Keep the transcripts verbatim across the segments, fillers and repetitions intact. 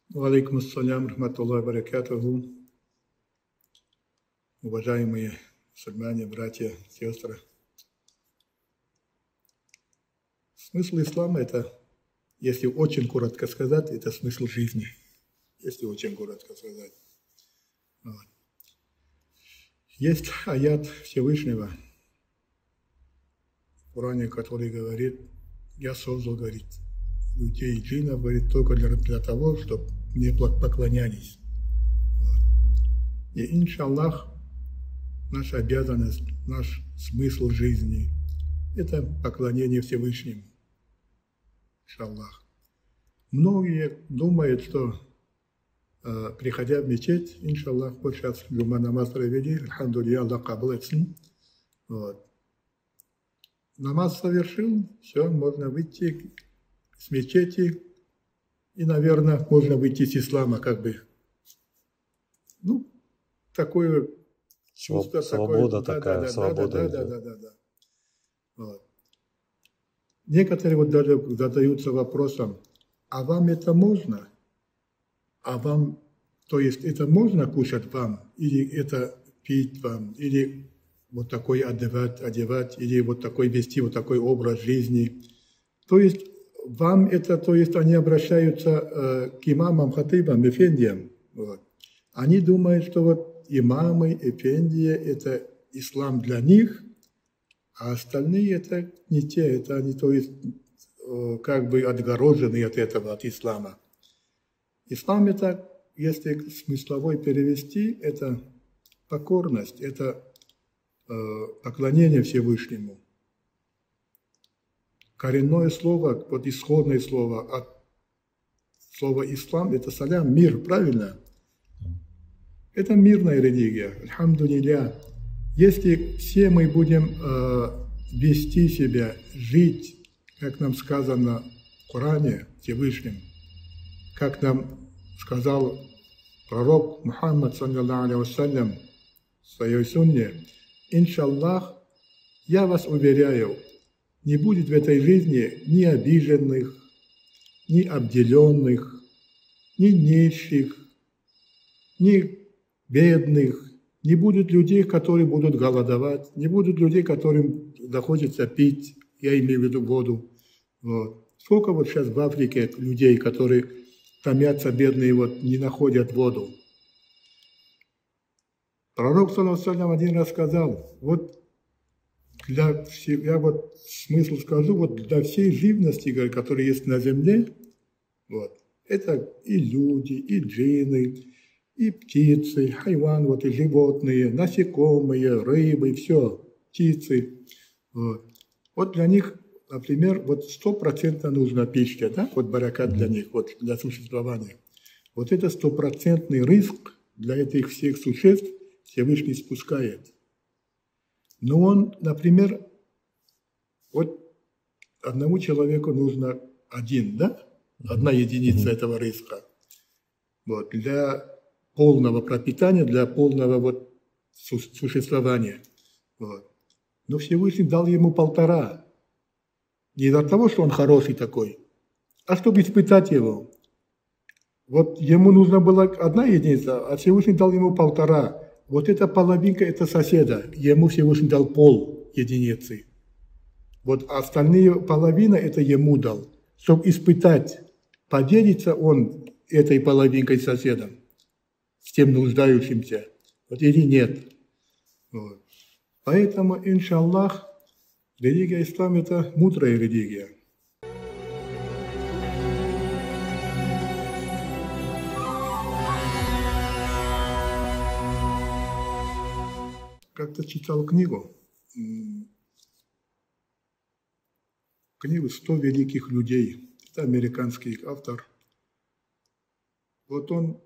Алейкум ассалям, рахматуллахи баракатуху. Уважаемые мусульмане, братья, сестры. Смысл ислама – это, если очень коротко сказать, это смысл жизни. Если очень коротко сказать. Вот. Есть аят Всевышнего в Коране, который говорит: «Я создал, говорит, людей и джиннов, говорит, только для, для того, чтобы мне поклонялись». Вот. И иншаллах, наша обязанность, наш смысл жизни – это поклонение Всевышнему. Иншаллах. Многие думают, что, э, приходя в мечеть, иншаллах, вот сейчас джума намаз провели, альхамдулилля, Аллах кабыл этсин. Вот. Намаз совершил, все, можно выйти с мечети, и, наверное, можно выйти с ислама, как бы. Ну, такое чувство, свобода такое, такая, да, да, свобода. Да, да, да, да, да. Вот. Некоторые вот даже задаются вопросом: а вам это можно? А вам, то есть это можно кушать вам? Или это пить вам? Или вот такой одевать, одевать? Или вот такой вести, вот такой образ жизни? То есть вам это, то есть они обращаются э, к имамам, хатибам, эфендиям. Вот. Они думают, что вот имамы, эфендия – это ислам для них, а остальные – это не те, это они, то есть, э, как бы отгорожены от этого, от ислама. Ислам – это, если смысловой перевести, это покорность, это э, поклонение Всевышнему. Коренное слово, вот исходное слово от слова «ислам» – это салям, мир, правильно? Это мирная религия, альхамдулилля. Если все мы будем э, вести себя, жить, как нам сказано в Коране Всевышним, как нам сказал пророк Мухаммад, саллаллаху алейхи вассалям, в своей сунне, иншаллах, я вас уверяю, не будет в этой жизни ни обиженных, ни обделенных, ни нищих, ни бедных, не будет людей, которые будут голодовать, не будет людей, которым доходится пить, я имею в виду воду. Вот. Сколько вот сейчас в Африке людей, которые томятся, бедные, вот, не находят воду. Пророк, саллаллаху алейхи ва саллям, один раз сказал: вот для всех, я вот смысл скажу, вот для всей живности, которая есть на земле, вот, это и люди, и джинны, и птицы, хайван, вот, и животные, насекомые, рыбы, все, птицы. Вот, вот для них, например, вот стопроцентно нужна пища, да, вот баракат для них, вот для существования. Вот это стопроцентный риск для этих всех существ Всевышний спускает. Но он, например, вот одному человеку нужно один, да, одна единица mm-hmm. этого риска. Вот, для полного пропитания, для полного вот существования. Вот. Но Всевышний дал ему полтора. Не из-за того, что он хороший такой, а чтобы испытать его. Вот ему нужна была одна единица, а Всевышний дал ему полтора. Вот эта половинка – это соседа, ему Всевышний дал пол единицы. Вот остальные половина – это ему дал, чтобы испытать, поделится он этой половинкой с соседом, с тем нуждающимся, вот или нет. Вот. Поэтому, иншаллах, религия ислам – это мудрая религия. Как-то читал книгу, книгу «сто великих людей». Это американский автор. Вот он,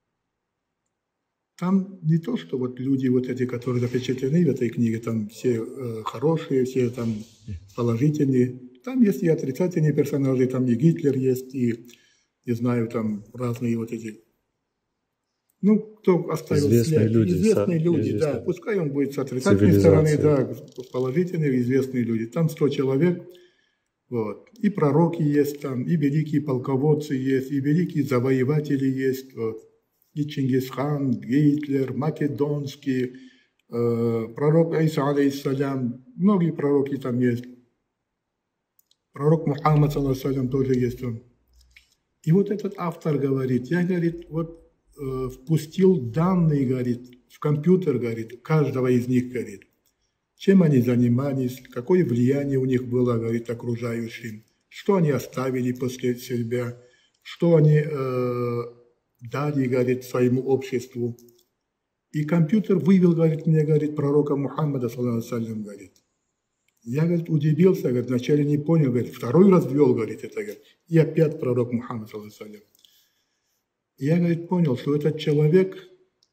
там не то, что вот люди вот эти, которые запечатлены в этой книге, там все э, хорошие, все там положительные. Там есть и отрицательные персонажи, там и Гитлер есть, и, не знаю, там разные вот эти... Ну, кто оставил известные след, люди, известные со, люди, известные. да, пускай он будет с отрицательной стороны, да, положительные, известные люди. Там сто человек, Вот. И пророки есть там, и великие полководцы есть, и великие завоеватели есть. Вот. И Чингисхан, Гитлер, Македонский, э, пророк Иса, алейхиссалям, многие пророки там есть. Пророк Мухаммад, саллаллаху тоже есть он. И вот этот автор говорит, я, говорит, вот э, впустил данные, говорит, в компьютер, говорит, каждого из них, говорит, чем они занимались, какое влияние у них было, говорит, окружающим, что они оставили после себя, что они э, дали, говорит, своему обществу. И компьютер вывел, говорит, мне, говорит, пророка Мухаммада, саллаллаху алейхи, говорит. Я, говорит, удивился, говорит, вначале не понял, говорит, второй раз ввел, говорит, это, говорит, и опять пророк Мухаммад, саллаллаху алейхи. Я, говорит, понял, что этот человек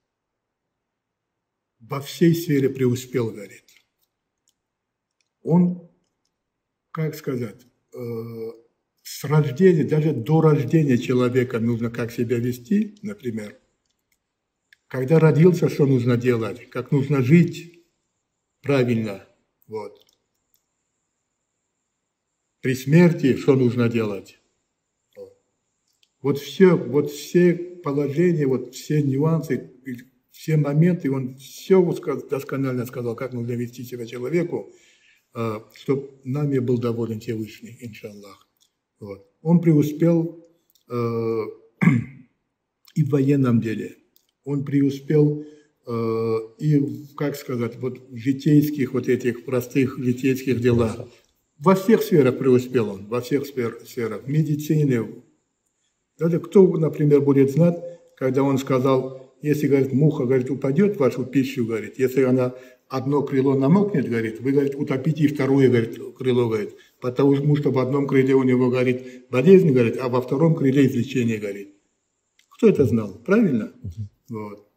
во всей сфере преуспел, говорит. Он, как сказать, э, с рождения, даже до рождения человека нужно как себя вести, например. Когда родился, что нужно делать, как нужно жить правильно, вот. При смерти что нужно делать. Вот все, вот все положения, вот все нюансы, все моменты, он все досконально сказал, как нужно вести себя человеку, чтобы нами был доволен Всевышний, иншаллах. Вот. Он преуспел э, и в военном деле, он преуспел э, и, как сказать, вот в житейских, вот этих простых житейских делах. Во всех сферах преуспел он, во всех сферах, в медицине. Даже кто, например, будет знать, когда он сказал, если, говорит, муха, говорит, упадет в вашу пищу, говорит, если она одно крыло намокнет, говорит, вы, говорит, утопите и второе, говорит, крыло, говорит, потому что в одном крыле у него, говорит, болезнь, говорит, а во втором крыле излечение, говорит. Кто это знал? Правильно? Вот.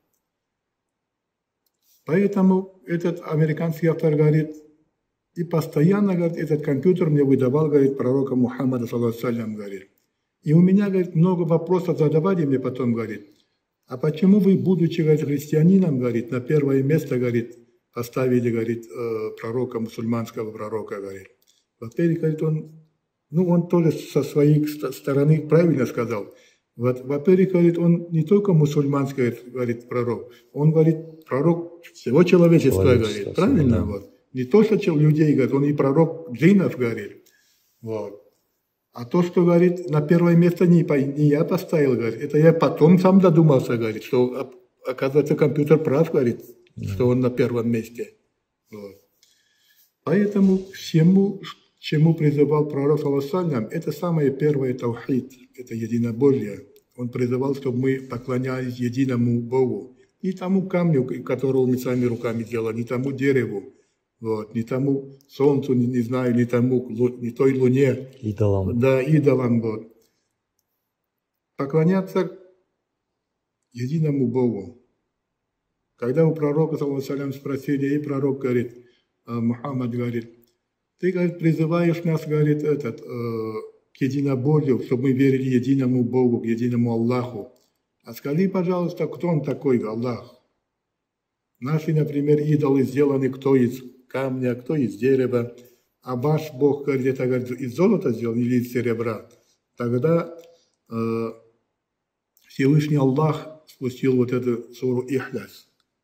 Поэтому этот американский автор говорит, и постоянно, говорит, этот компьютер мне выдавал, говорит, пророка Мухаммада, саллаллаху алейхи, говорит. И у меня, говорит, много вопросов задавали мне потом, говорит, а почему вы, будучи, говорит, христианином, говорит, на первое место, говорит, поставили, говорит, пророка, мусульманского пророка, говорит. Во-первых, говорит, он, ну, он тоже со своей стороны правильно сказал. Вот, во-первых, говорит, он не только мусульманский, говорит, пророк, он, говорит, пророк всего человечества, говорит, правильно? Да. Вот. Не то, что людей, говорит, он и пророк джиннов, говорит. Вот. А то, что, говорит, на первое место не, не я поставил, говорит, это я потом сам додумался, говорит, что, оказывается, компьютер прав, говорит, mm-hmm. что он на первом месте. Вот. Поэтому всему, чему призывал пророк, саллаллаху, это самое первое таухид, это единобожие. Он призывал, чтобы мы поклонялись единому Богу, не тому камню, которого мы сами руками делали, не тому дереву, вот, не тому солнцу, не, не знаю, не тому, не той луне. Идолам. Да, идолам. Вот. Поклоняться единому Богу. Когда у пророка, саллаллаху спросили, и пророк говорит, Мухаммад говорит, ты, говорит, призываешь нас, говорит, этот, э, к единобожию, чтобы мы верили единому Богу, к единому Аллаху. А скажи, пожалуйста, кто он такой, Аллах? Наши, например, идолы сделаны кто из камня, кто из дерева, а ваш Бог, говорит, это, говорит, из золота сделан или из серебра. Тогда э, Всевышний Аллах спустил вот эту суру Ихляс,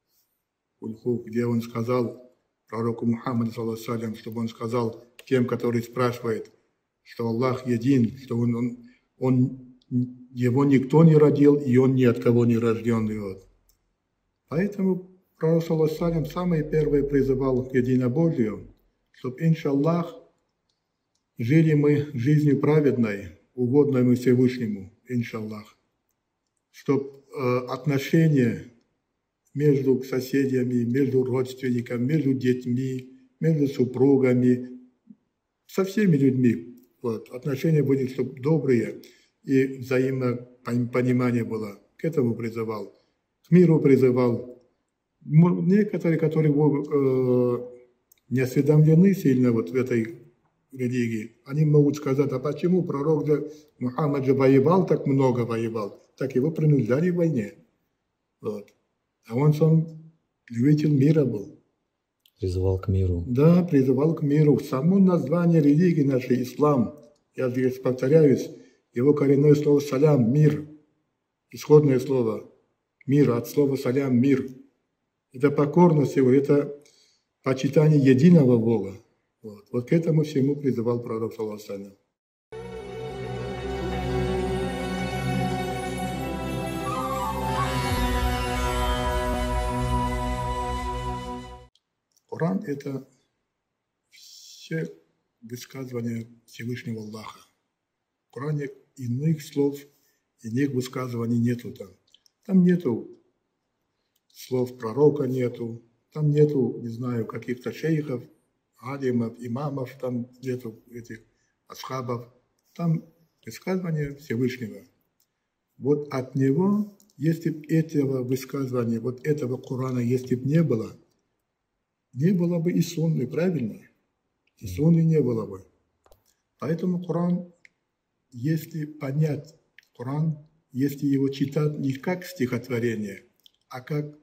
где он сказал пророку Мухаммаду, саллаллаху алейхи, чтобы он сказал тем, которые спрашивают, что Аллах един, что он, он, он, его никто не родил, и он ни от кого не рожден. Вот. Поэтому пророк, саллаллаху алейхи, самое первое призывал к единобожию, чтобы, иншаллах, жили мы жизнью праведной, угодной мы Всевышнему, иншаллах. Чтобы э, отношения между соседями, между родственниками, между детьми, между супругами, со всеми людьми, вот, отношения были, чтобы добрые и взаимопонимание было. К этому призывал, к миру призывал. Некоторые, которые э, не осведомлены сильно вот в этой религии, они могут сказать, а почему пророк же, Мухаммад же воевал, так много воевал, так его принуждали в войне. Вот. А он сам любитель мира был. Призывал к миру. Да, призывал к миру. Само название религии нашей, ислам, я здесь повторяюсь, его коренное слово салям, мир, исходное слово мир, от слова салям, мир. Это покорность его, это почитание единого Бога. Вот, вот к этому всему призывал пророк, саллаллаху алейхи ва саллям. Коран – это все высказывания Всевышнего Аллаха. В Коране иных слов, иных высказываний нету там. Там нету слов пророка, нету. Там нету, не знаю, каких-то шейхов, алимов, имамов, там нету этих асхабов. Там высказывания Всевышнего. Вот от него, если бы этого высказывания, вот этого Корана, если бы не было, не было бы и сунны, правильно? И сунны не было бы. Поэтому Коран, если понять Коран, если его читать не как стихотворение, а как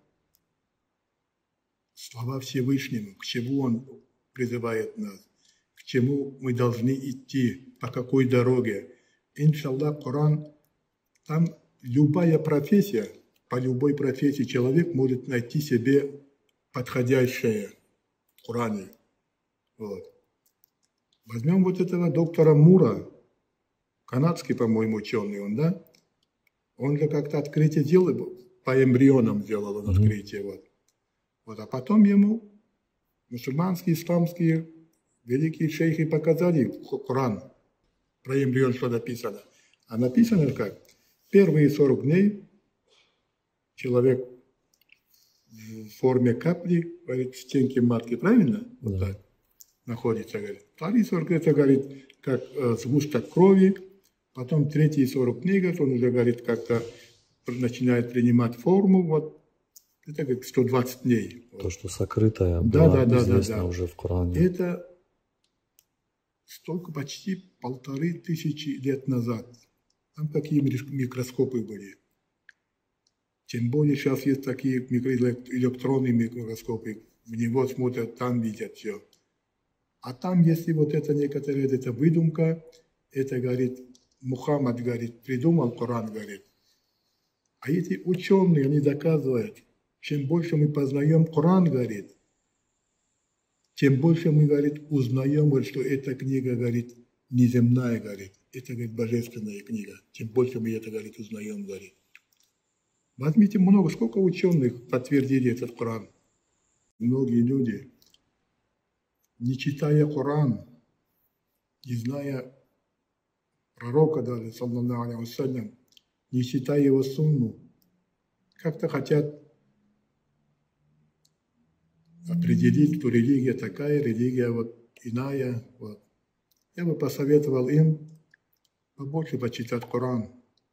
слова Всевышнему, к чему он призывает нас, к чему мы должны идти, по какой дороге. Иншаллах, Коран, там любая профессия, по любой профессии человек может найти себе подходящее в Коране. Вот. Возьмем вот этого доктора Мура, канадский, по-моему, ученый он, да? Он же как-то открытие делал, по эмбрионам делал он открытие. Вот. Вот. А потом ему мусульманские, исламские великие шейхи показали Коран, про эмбрион что написано. А написано как? Первые сорок дней человек в форме капли, говорит, в стенке матки, правильно? Вот так находится, говорит. Вторые сорок дней, это, говорит, как э, сгусток крови. Потом третьи сорок дней, говорит, он уже, говорит, как-то начинает принимать форму. Вот. Это как сто двадцать дней. То, что сокрытое да, было да, да, известно да, да. уже в Коране. Это столько, почти полторы тысячи лет назад. Там какие микроскопы были. Тем более сейчас есть такие электронные микроскопы. В него смотрят, там видят все. А там, если вот это некоторые, это выдумка, это, говорит, Мухаммад, говорит, придумал Коран, говорит. А эти ученые, они доказывают, чем больше мы познаем Коран, говорит, тем больше мы, говорит, узнаем, говорит, что эта книга, говорит, неземная, говорит. Это, говорит, божественная книга. Тем больше мы это, говорит, узнаем, говорит. Возьмите много, сколько ученых подтвердили этот Коран. Многие люди, не читая Коран, не зная пророка даже, саллаллаху алейхи ва саллям, не читая его сунну, как-то хотят определить, что религия такая, религия вот иная. Вот. Я бы посоветовал им побольше почитать Коран,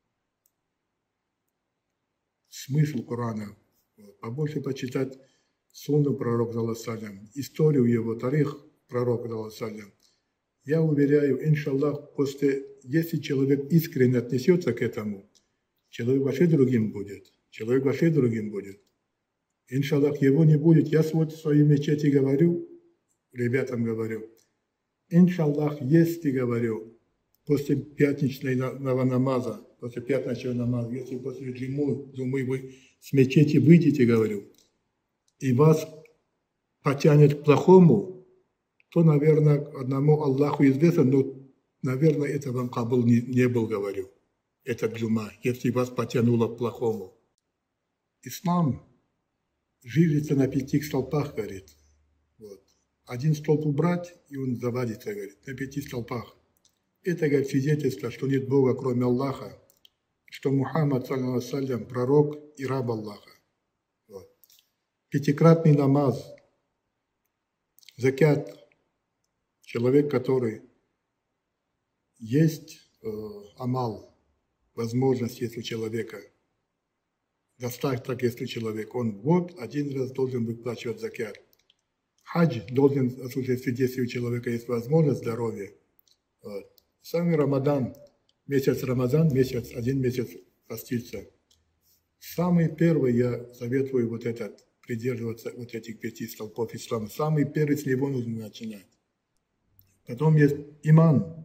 смысл Корана, вот. Побольше почитать сунну пророка, саллаллаху алейхи ва саллям, историю его, тарих пророка, саллаллаху алейхи ва саллям. Я уверяю, иншаллах, после, если человек искренне отнесется к этому, человек вообще другим будет. Человек вообще другим будет. Иншаллах, его не будет. Я вот в своей мечети говорю, ребятам говорю, иншаллах, если говорю, после пятничного намаза, после пятничного намаза, если после джумы, джумы вы с мечети выйдете, говорю, и вас потянет к плохому, то, наверное, одному Аллаху известно, но, наверное, это вам кабул не, не был, говорю, этот джума, если вас потянуло к плохому. Ислам живется на пяти столпах, говорит. Вот. Один столб убрать, и он завалится, говорит, на пяти столпах. Это, говорит, свидетельство, что нет Бога, кроме Аллаха, что Мухаммад, саллаллаху алейхи ва саллям, пророк и раб Аллаха. Вот. Пятикратный намаз, закят, человек, который есть э, амал, возможность, если у человека, достаток, если человек, он вот один раз должен выплачивать закят. Хадж должен осуществить, если у человека есть возможность, здоровья. Вот. Самый Рамадан, месяц Рамадан, месяц, один месяц поститься. Самый первый я советую вот этот придерживаться вот этих пяти столпов ислама. Самый первый с него нужно начинать. Потом есть иман.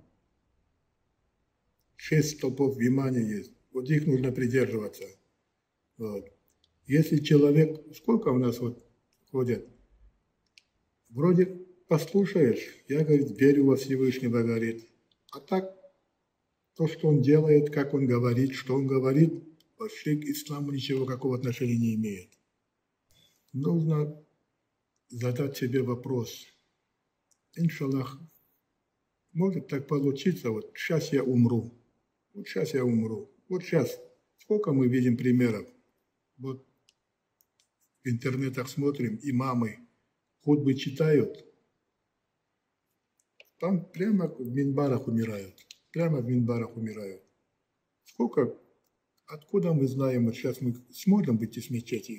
Шесть столпов имана есть. Вот их нужно придерживаться. Вот. Если человек... Сколько у нас вот ходят? Вроде послушаешь, я, говорит, верю во Всевышнего, говорит. А так, то, что он делает, как он говорит, что он говорит, вообще к исламу ничего какого отношения не имеет. Нужно задать себе вопрос. Иншаллах, может так получиться, вот сейчас я умру. Вот сейчас я умру. Вот сейчас. Сколько мы видим примеров. Вот в интернетах смотрим, имамы хутбы читают. Там прямо в минбарах умирают. Прямо в минбарах умирают. Сколько, откуда мы знаем, вот сейчас мы сможем быть из мечети.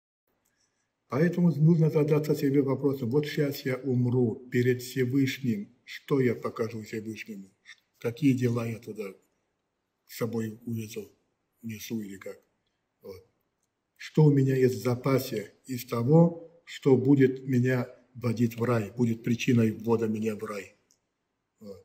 Поэтому нужно задаться себе вопросом, вот сейчас я умру перед Всевышним, что я покажу Всевышнему? Какие дела я туда с собой увезу, несу или как? Вот. Что у меня есть в запасе из того, что будет меня вводить в рай, будет причиной ввода меня в рай. Вот.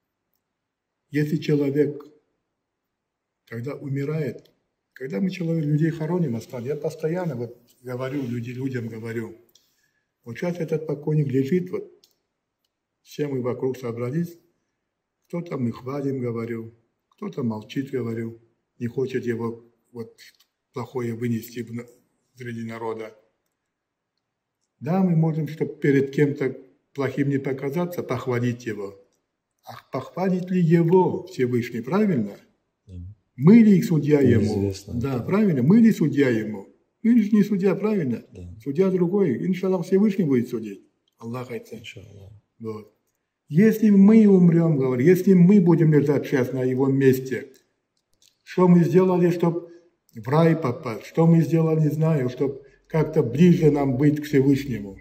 Если человек, когда умирает, когда мы человек, людей хороним, остались, я постоянно вот говорю, люди, людям говорю, вот сейчас этот покойник лежит, вот, все мы вокруг собрались, кто-то мы хвалим, говорю, кто-то молчит, говорю, не хочет его вот плохое вынести среди народа. Да, мы можем, чтобы перед кем-то плохим не показаться, похвалить его. А похвалит ли его Всевышний, правильно? Да. Мы ли судья ему? Да, да, правильно, мы ли судья ему? Мы же не судья, правильно? Да. Судья другой, иншаллах, Всевышний будет судить. Аллах айца. Вот. Если мы умрем, говорю, если мы будем лежать сейчас на его месте, что мы сделали, чтобы в рай попасть? Что мы сделали, не знаю, чтобы как-то ближе нам быть к Всевышнему?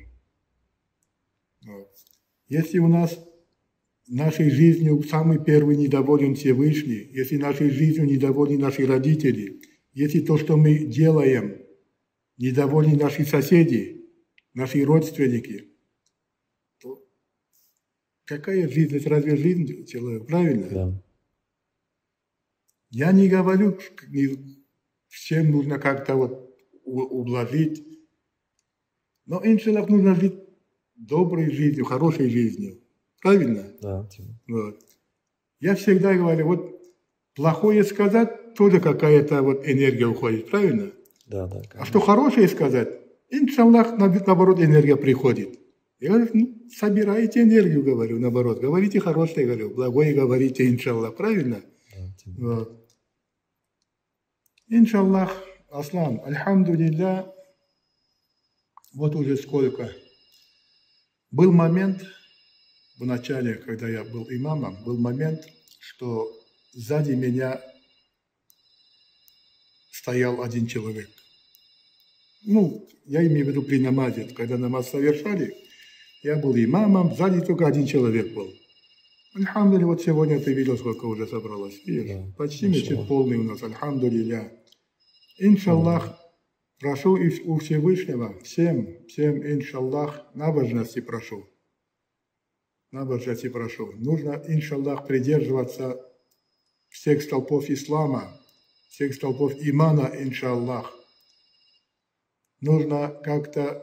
Вот. Если у нас нашей жизнью самый первый недоволен Всевышний, если нашей жизнью недовольны наши родители, если то, что мы делаем, недовольны наши соседи, наши родственники, то какая жизнь? Это разве жизнь человека? Правильно? Да. Я не говорю, всем нужно как-то вот ублажить, но иншаллах нужно жить доброй жизнью, хорошей жизнью. Правильно? Да. Вот. Я всегда говорю, вот плохое сказать, тоже какая-то вот энергия уходит, правильно? Да, да. Конечно. А что хорошее сказать, иншаллах, наоборот, энергия приходит. Я говорю, ну, собирайте энергию, говорю, наоборот. Говорите хорошее, говорю, благое говорите, иншаллах, правильно? Да, вот. Иншаллах, Аслан, альхамдулилля, вот уже сколько. Был момент... В начале, когда я был имамом, был момент, что сзади меня стоял один человек. Ну, я имею в виду при намазе, когда намаз совершали, я был имамом, сзади только один человек был. Альхамдулилля, вот сегодня ты видел, сколько уже собралось. Видишь? Да, почти мечеть полный у нас, альхамдулилля. Иншаллах, прошу у Всевышнего, всем, всем, иншаллах, набожности прошу. Набожности прошу. Нужно, иншаллах, придерживаться всех столпов ислама, всех столпов имана, иншаллах. Нужно как-то,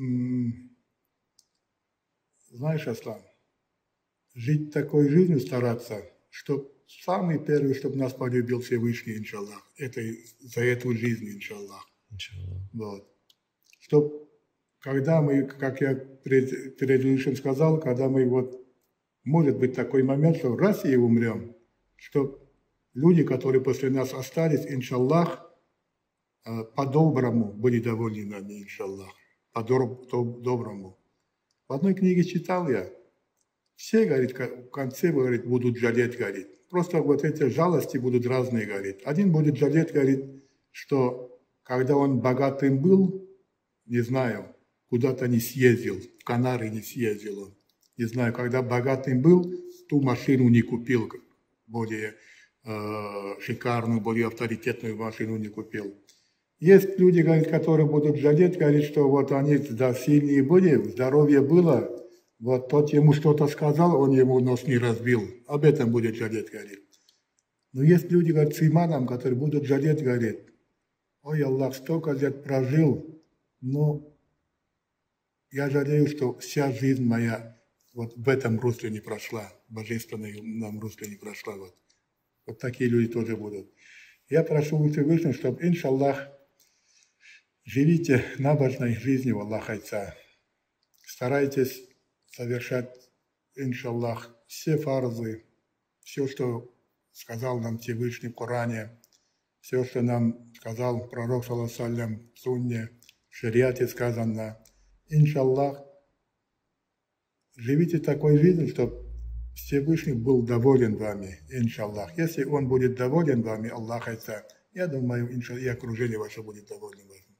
знаешь, Аслан, жить такой жизнью, стараться, чтобы самый первый, чтобы нас полюбил Всевышний, иншаллах. Это за эту жизнь, иншаллах. Иншаллах. Вот. Чтоб когда мы, как я перед, перед Ильичем сказал, когда мы вот, может быть такой момент, что раз и умрем, что люди, которые после нас остались, иншаллах, по-доброму были довольны нами, иншаллах, по-доброму. В одной книге читал я, все, говорит, в конце, говорит, будут жалеть, говорит. Просто вот эти жалости будут разные, говорит. Один будет жалеть, говорит, что когда он богатым был, не знаю, куда-то не съездил, в Канары не съездил он. Не знаю, когда богатым был, ту машину не купил, более э, шикарную, более авторитетную машину не купил. Есть люди, говорит, которые будут жалеть, говорит, что вот они да, сильнее были, здоровье было, вот тот ему что-то сказал, он ему нос не разбил. Об этом будет жалеть, говорит. Но есть люди, говорит, с иманом, которые будут жалеть, говорит, ой, Аллах, столько лет прожил, но я жалею, что вся жизнь моя вот в этом русле не прошла, в божественном русле не прошла. Вот. Вот такие люди тоже будут. Я прошу у Всевышнего, чтобы, иншаллах, живите набожной жизнью Аллаха Отца. Старайтесь совершать, иншаллах, все фарзы, все, что сказал нам Всевышний в Коране, все, что нам сказал пророк, саллаллаху алейхи ва саллям, в Сунне, в шариате сказано. Иншаллах, живите такой жизнью, чтобы Всевышний был доволен вами, иншаллах. Если он будет доволен вами, Аллах Отца, я думаю, иншаллах, и окружение ваше будет довольно вами.